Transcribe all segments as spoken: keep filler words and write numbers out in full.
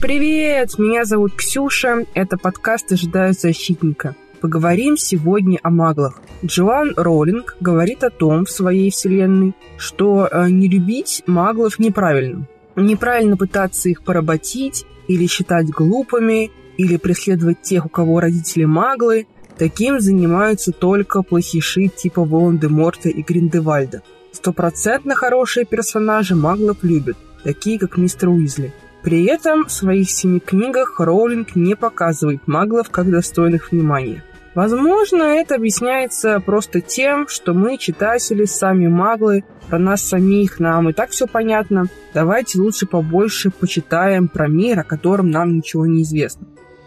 Привет! Меня зовут Ксюша. Это подкаст «Ожидаю защитника». Поговорим сегодня о маглах. Джоан Роулинг говорит о том в своей вселенной, что не любить маглов неправильно. Неправильно пытаться их поработить или считать глупыми, или преследовать тех, у кого родители маглы. Таким занимаются только плохиши типа Волан-де-Морта и Гриндевальда. Стопроцентно хорошие персонажи маглов любят, такие как мистер Уизли. При этом в своих семи книгах Роулинг не показывает маглов как достойных внимания. Возможно, это объясняется просто тем, что мы, читатели, сами маглы, про нас самих нам и так все понятно. Давайте лучше побольше почитаем про мир, о котором нам ничего не известно.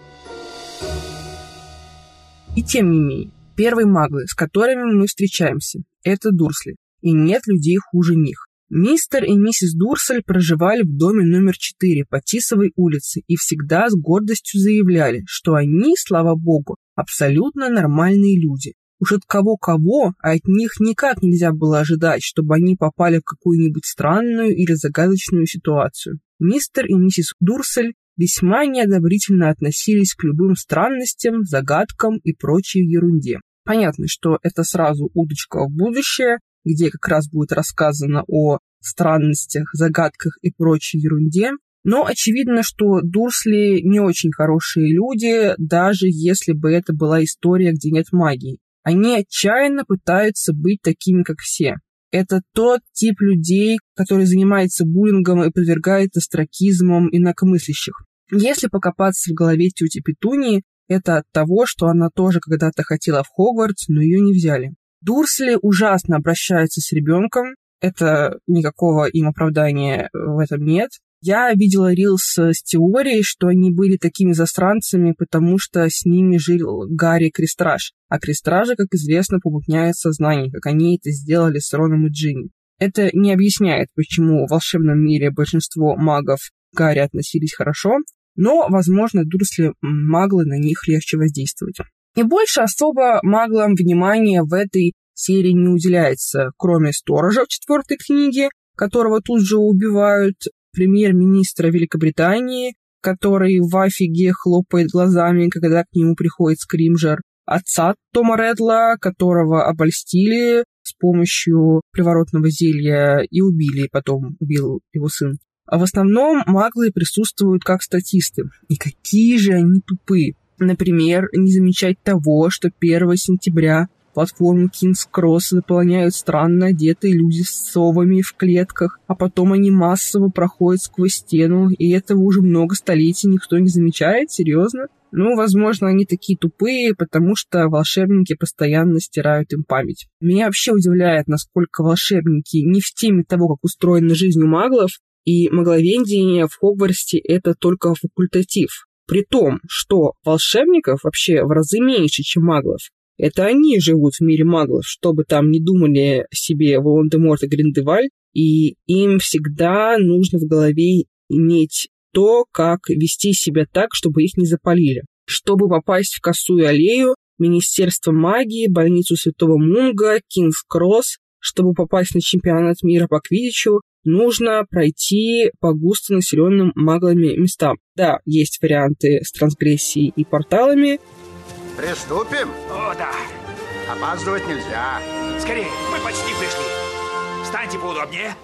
И тем не менее, первые маглы, с которыми мы встречаемся, это Дурсли. И нет людей хуже них. Мистер и миссис Дурсль проживали в доме номер четыре по Тисовой улице и всегда с гордостью заявляли, что они, слава богу, абсолютно нормальные люди. Уж от кого-кого, а от них никак нельзя было ожидать, чтобы они попали в какую-нибудь странную или загадочную ситуацию. Мистер и миссис Дурсль весьма неодобрительно относились к любым странностям, загадкам и прочей ерунде. Понятно, что это сразу удочка в будущее, где как раз будет рассказано о странностях, загадках и прочей ерунде. Но очевидно, что Дурсли не очень хорошие люди, даже если бы это была история, где нет магии. Они отчаянно пытаются быть такими, как все. Это тот тип людей, который занимается буллингом и подвергает остракизмом инакомыслящих. Если покопаться в голове тети Петунии, это от того, что она тоже когда-то хотела в Хогвартс, но ее не взяли. Дурсли ужасно обращаются с ребенком, это никакого им оправдания в этом нет. Я видела рилс с теорией, что они были такими засранцами, потому что с ними жил Гарри Крестраж, а Крестражи, как известно, помутняют сознание, как они это сделали с Роном и Джинни. Это не объясняет, почему в волшебном мире большинство магов к Гарри относились хорошо, но, возможно, Дурсли маглы на них легче воздействовать. И больше особо маглам внимания в этой серии не уделяется, кроме сторожа в четвертой книге, которого тут же убивают, премьер-министра Великобритании, который в афиге хлопает глазами, когда к нему приходит Скримджер, отца Тома Редла, которого обольстили с помощью приворотного зелья и убили, потом убил его сын. А в основном маглы присутствуют как статисты. И какие же они тупые. Например, не замечать того, что первого сентября платформу Кингс Кросс заполняют странно одетые люди с совами в клетках, а потом они массово проходят сквозь стену, и этого уже много столетий никто не замечает? Серьезно? Ну, возможно, они такие тупые, потому что волшебники постоянно стирают им память. Меня вообще удивляет, насколько волшебники не в теме того, как устроена жизнь у маглов, и магловедение в Хогвартсе — это только факультатив. При том, что волшебников вообще в разы меньше, чем маглов. Это они живут в мире маглов, что бы там ни думали себе Волан-де-Морт и Гриндевальд, и им всегда нужно в голове иметь то, как вести себя так, чтобы их не запалили. Чтобы попасть в Косую аллею, Министерство магии, больницу Святого Мунга, Кингс Кросс, чтобы попасть на чемпионат мира по квиддичу, нужно пройти по густонаселенным маглами местам. Да, есть варианты с трансгрессией и порталами. Приступим? О, да. Опаздывать нельзя. Скорее, мы почти пришли. Встаньте поудобнее.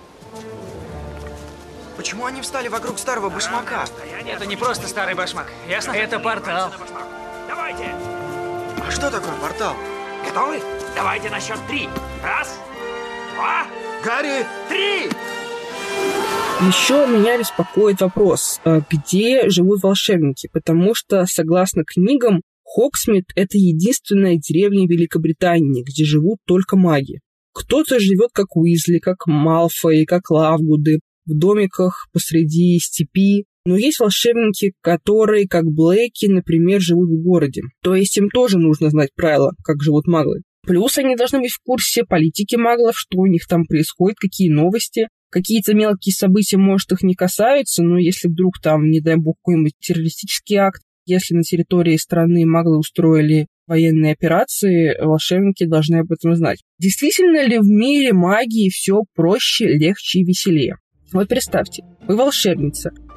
Почему они встали вокруг старого башмака? Это не просто старый башмак, ясно? Это портал. Давайте. А что такое портал? Готовы? Давайте на счет три. Раз, два, Гарри! три! Еще меня беспокоит вопрос, где живут волшебники, потому что, согласно книгам, Хогсмит — это единственная деревня Великобритании, где живут только маги. Кто-то живет как Уизли, как Малфой, как Лавгуды, в домиках посреди степи. Но есть волшебники, которые, как Блэки, например, живут в городе. То есть им тоже нужно знать правила, как живут маглы. Плюс они должны быть в курсе политики маглов, что у них там происходит, какие новости. Какие-то мелкие события, может, их не касаются, но если вдруг там, не дай бог, какой-нибудь террористический акт, если на территории страны маглы устроили военные операции, волшебники должны об этом знать. Действительно ли в мире магии все проще, легче и веселее? Вот представьте, вы волшебница,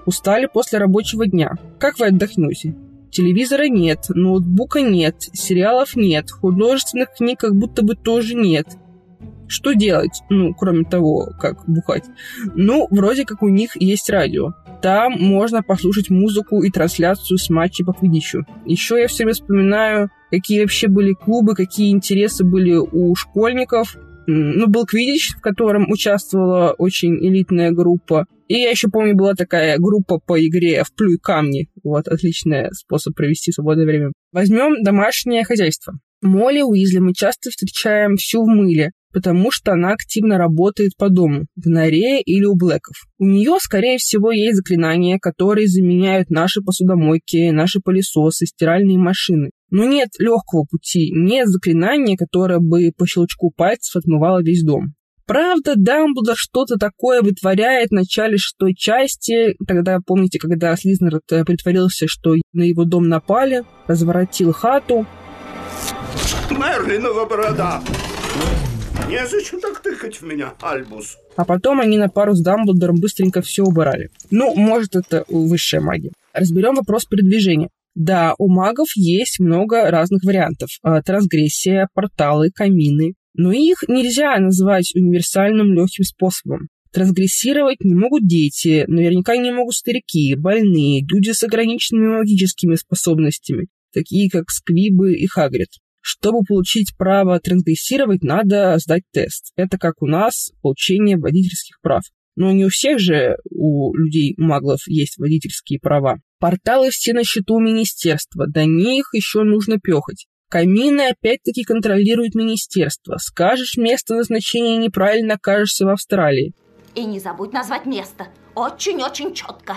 Устали после рабочего дня. Как вы отдохнете? Телевизора нет, ноутбука нет, сериалов нет, художественных книг как будто бы тоже нет. Что делать? Ну, кроме того, как бухать. Ну, вроде как у них есть радио. Там можно послушать музыку и трансляцию с матчей по квиддичу. Еще я все время вспоминаю, какие вообще были клубы, какие интересы были у школьников. Ну, был квиддич, в котором участвовала очень элитная группа. И я еще помню, была такая группа по игре в плюй камни. Вот, отличный способ провести свободное время. Возьмем домашнее хозяйство. Молли Уизли мы часто встречаем всю в мыле, потому что она активно работает по дому, в норе или у Блэков. У нее, скорее всего, есть заклинания, которые заменяют наши посудомойки, наши пылесосы, стиральные машины. Но нет легкого пути, нет заклинания, которое бы по щелчку пальцев отмывало весь дом. Правда, Дамблдор что-то такое вытворяет в начале шестой части. Тогда, помните, когда Слизнер притворился, что на его дом напали, разворотил хату. Мерлинова борода! Незачем так тыкать в меня, Альбус. А потом они на пару с Дамблдором быстренько все убирали. Ну, может, это высшая магия. Разберем вопрос передвижения. Да, у магов есть много разных вариантов. Трансгрессия, порталы, камины. Но их нельзя назвать универсальным легким способом. Трансгрессировать не могут дети, наверняка не могут старики, больные, люди с ограниченными магическими способностями, такие как Сквибы и Хагрид. Чтобы получить право трансгрессировать, надо сдать тест. Это как у нас получение водительских прав. Но не у всех же у людей-маглов есть водительские права. Порталы все на счету министерства, до них еще нужно пехать. Камины опять-таки контролирует министерство. Скажешь место назначения неправильно, окажешься в Австралии. И не забудь назвать место. Очень-очень четко.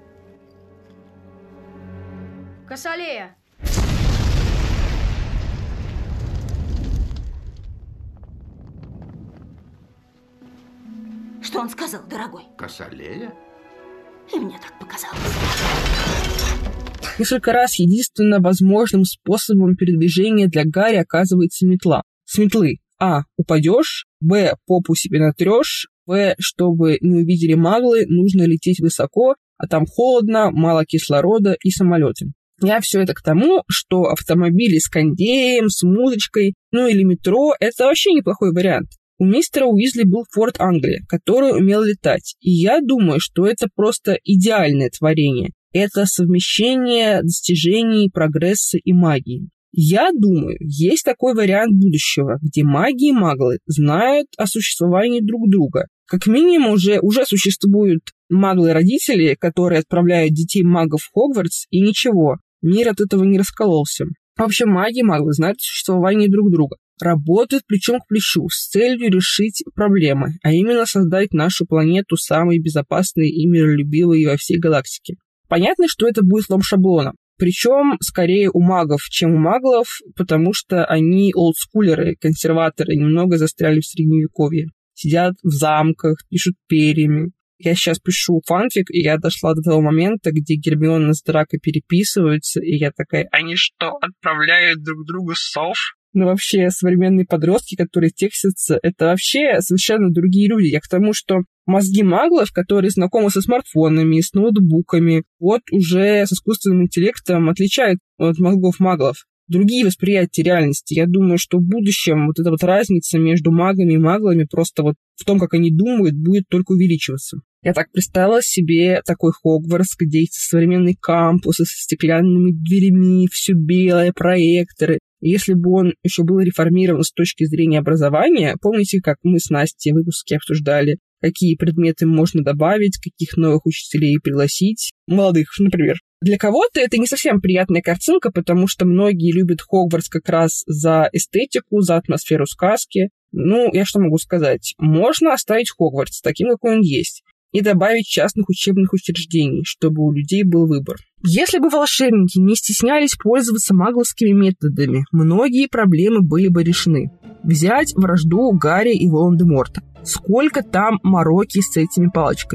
Косолея. Что он сказал, дорогой? Косолея? И мне так показалось. Несколько раз единственно возможным способом передвижения для Гарри оказывается метла. С метлы а. упадешь, б. попу себе натрешь, в. чтобы не увидели маглы, нужно лететь высоко, а там холодно, мало кислорода и самолеты. Я все это к тому, что автомобили с кондеем, с музычкой, ну или метро – это вообще неплохой вариант. У мистера Уизли был Форд Англия, который умел летать, и я думаю, что это просто идеальное творение. Это совмещение достижений, прогресса и магии. Я думаю, есть такой вариант будущего, где маги и маглы знают о существовании друг друга. Как минимум уже, уже существуют маглы-родители, которые отправляют детей магов в Хогвартс, и ничего, мир от этого не раскололся. В общем, маги и маглы знают о существовании друг друга, работают плечом к плечу с целью решить проблемы, а именно создать нашу планету самой безопасной и миролюбивой во всей галактике. Понятно, что это будет слом шаблона. Причем скорее у магов, чем у маглов, потому что они олдскулеры, консерваторы, немного застряли в средневековье. Сидят в замках, пишут перьями. Я сейчас пишу фанфик, и я дошла до того момента, где Гермиона с Драко переписываются, и я такая, они что, отправляют друг другу сов? Ну, вообще, современные подростки, которые текстятся, это вообще совершенно другие люди. Я к тому, что мозги маглов, которые знакомы со смартфонами, с ноутбуками, вот уже с искусственным интеллектом отличают от мозгов маглов. Другие восприятия реальности. Я думаю, что в будущем вот эта вот разница между магами и маглами просто вот в том, как они думают, будет только увеличиваться. Я так представила себе такой Хогвартс, где есть современные кампусы со стеклянными дверями, все белое, проекторы. Если бы он еще был реформирован с точки зрения образования, помните, как мы с Настей в выпуске обсуждали, какие предметы можно добавить, каких новых учителей пригласить, молодых, например. Для кого-то это не совсем приятная картинка, потому что многие любят Хогвартс как раз за эстетику, за атмосферу сказки. Ну, я что могу сказать? Можно оставить Хогвартс таким, какой он есть, и добавить частных учебных учреждений, чтобы у людей был выбор. Если бы волшебники не стеснялись пользоваться магловскими методами, многие проблемы были бы решены. Взять вражду Гарри и Волан-де-Морта. Сколько там мороки с этими палочками.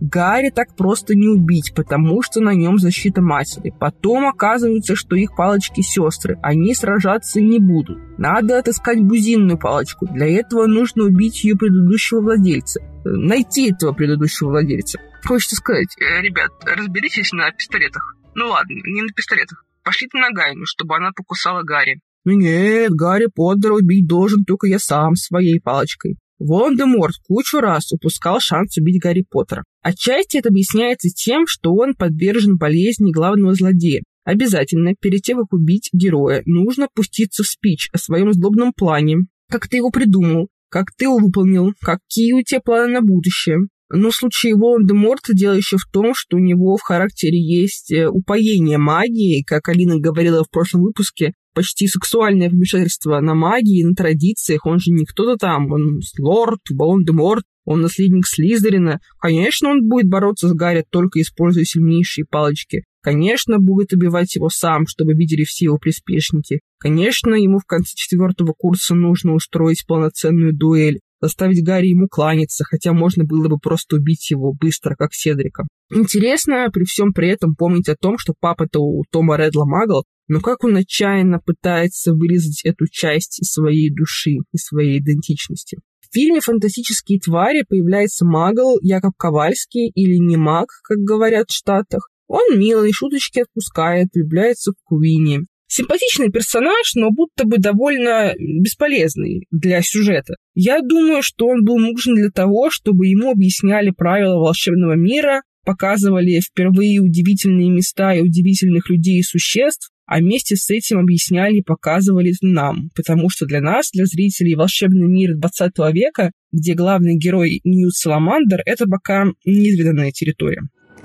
Гарри так просто не убить, потому что на нем защита матери. Потом оказывается, что их палочки сестры. Они сражаться не будут. Надо отыскать бузинную палочку. Для этого нужно убить ее предыдущего владельца. Найти этого предыдущего владельца. Хочется сказать, э, ребят, разберитесь на пистолетах. Ну ладно, не на пистолетах. Пошлите на Гайну, чтобы она покусала Гарри. Ну нет, Гарри Поттера убить должен только я сам своей палочкой. Волан-де-Морт кучу раз упускал шанс убить Гарри Поттера. Отчасти это объясняется тем, что он подвержен болезни главного злодея. Обязательно, перед тем, как убить героя, нужно пуститься в спич о своем злобном плане. Как ты его придумал, как ты его выполнил, какие у тебя планы на будущее. Но в случае Волан-де-Морта дело еще в том, что у него в характере есть упоение магией, как Алина говорила в прошлом выпуске, почти сексуальное вмешательство на магии, на традициях. Он же не кто-то там, он лорд Волан-де-Морт, он наследник Слизерина. Конечно, он будет бороться с Гарри, только используя сильнейшие палочки. Конечно, будет убивать его сам, чтобы видели все его приспешники. Конечно, ему в конце четвертого курса нужно устроить полноценную дуэль, заставить Гарри ему кланяться, хотя можно было бы просто убить его быстро, как Седрика. Интересно при всем при этом помнить о том, что папа-то у Тома Реддла магл, но как он отчаянно пытается вырезать эту часть из своей души, из своей идентичности. В фильме «Фантастические твари» появляется магл Якоб Ковальский, или не маг, как говорят в Штатах. Он милый, шуточки отпускает, влюбляется в Куинни. Симпатичный персонаж, но будто бы довольно бесполезный для сюжета. Я думаю, что он был нужен для того, чтобы ему объясняли правила волшебного мира, показывали впервые удивительные места и удивительных людей и существ, а вместе с этим объясняли и показывали нам. Потому что для нас, для зрителей, волшебный мир двадцатого века, где главный герой Ньют Саламандр, это пока неизведанная территория.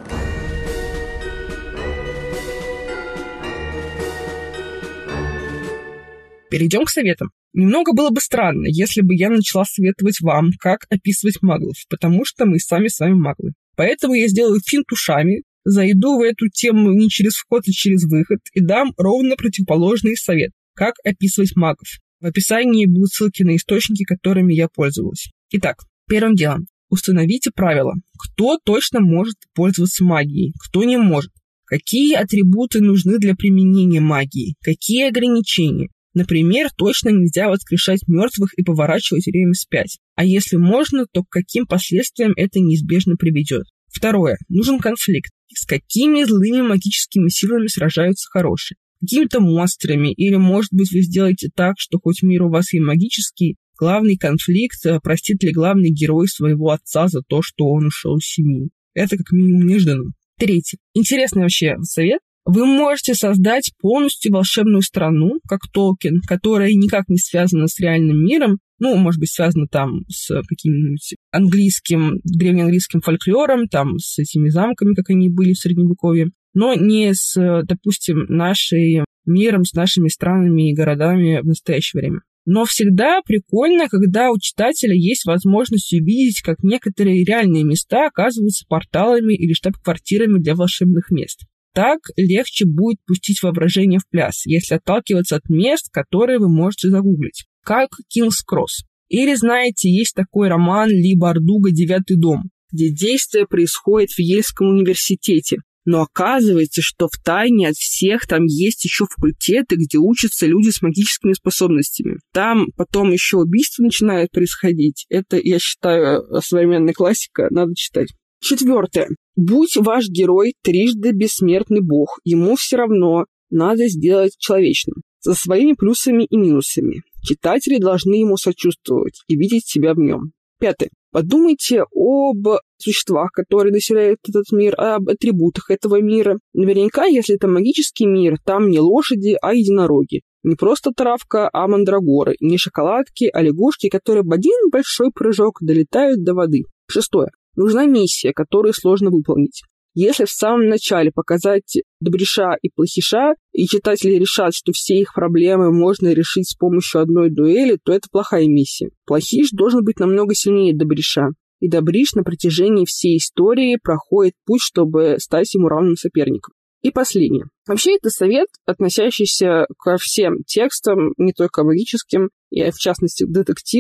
Перейдем к советам. Немного было бы странно, если бы я начала советовать вам, как описывать маглов, потому что мы сами с вами маглы. Поэтому я сделаю финт ушами, зайду в эту тему не через вход, а через выход и дам ровно противоположный совет, как описывать магов. В описании будут ссылки на источники, которыми я пользовалась. Итак, первым делом, установите правила. Кто точно может пользоваться магией, кто не может. Какие атрибуты нужны для применения магии, какие ограничения. Например, точно нельзя воскрешать мертвых и поворачивать время вспять. А если можно, то к каким последствиям это неизбежно приведет. Второе. Нужен конфликт. С какими злыми магическими силами сражаются хорошие? Какими-то монстрами? Или, может быть, вы сделаете так, что хоть мир у вас и магический, главный конфликт, простит ли главный герой своего отца за то, что он ушел из семьи? Это как минимум неожиданно. Третье. Интересный вообще совет. Вы можете создать полностью волшебную страну, как Толкин, которая никак не связана с реальным миром, ну, может быть, связана там с каким-нибудь английским, древнеанглийским фольклором, там с этими замками, как они были в Средневековье, но не с, допустим, нашим миром, с нашими странами и городами в настоящее время. Но всегда прикольно, когда у читателя есть возможность увидеть, как некоторые реальные места оказываются порталами или штаб-квартирами для волшебных мест. Так легче будет пустить воображение в пляс, если отталкиваться от мест, которые вы можете загуглить. Как Кингс Кросс. Или, знаете, есть такой роман Ли Бардуга «Девятый дом», где действие происходит в Ельском университете. Но оказывается, что втайне от всех там есть еще факультеты, где учатся люди с магическими способностями. Там потом еще убийства начинают происходить. Это, я считаю, современная классика, надо читать. Четвертое. Будь ваш герой трижды бессмертный бог, ему все равно надо сделать человечным, со своими плюсами и минусами. Читатели должны ему сочувствовать и видеть себя в нем. Пятое. Подумайте об существах, которые населяют этот мир, об атрибутах этого мира. Наверняка, если это магический мир, там не лошади, а единороги. Не просто травка, а мандрагоры. Не шоколадки, а лягушки, которые в один большой прыжок долетают до воды. Шестое. Нужна миссия, которую сложно выполнить. Если в самом начале показать добреша и плохиша, и читатели решат, что все их проблемы можно решить с помощью одной дуэли, то это плохая миссия. Плохиш должен быть намного сильнее добреша. И добриш на протяжении всей истории проходит путь, чтобы стать ему равным соперником. И последнее. Вообще это совет, относящийся ко всем текстам, не только магическим, и в частности к детективам.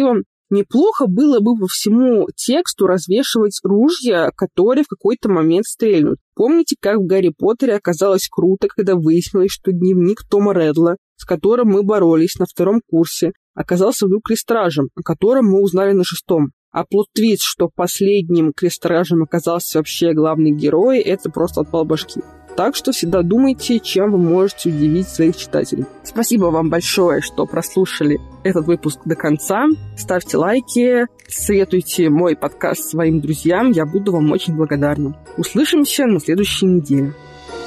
Неплохо было бы по всему тексту развешивать ружья, которые в какой-то момент стрельнут. Помните, как в «Гарри Поттере» оказалось круто, когда выяснилось, что дневник Тома Реддла, с которым мы боролись на втором курсе, оказался вдруг крестражем, о котором мы узнали на шестом. А плот-твист, что последним крестражем оказался вообще главный герой, это просто отпал башки. Так что всегда думайте, чем вы можете удивить своих читателей. Спасибо вам большое, что прослушали этот выпуск до конца. Ставьте лайки, советуйте мой подкаст своим друзьям. Я буду вам очень благодарна. Услышимся на следующей неделе.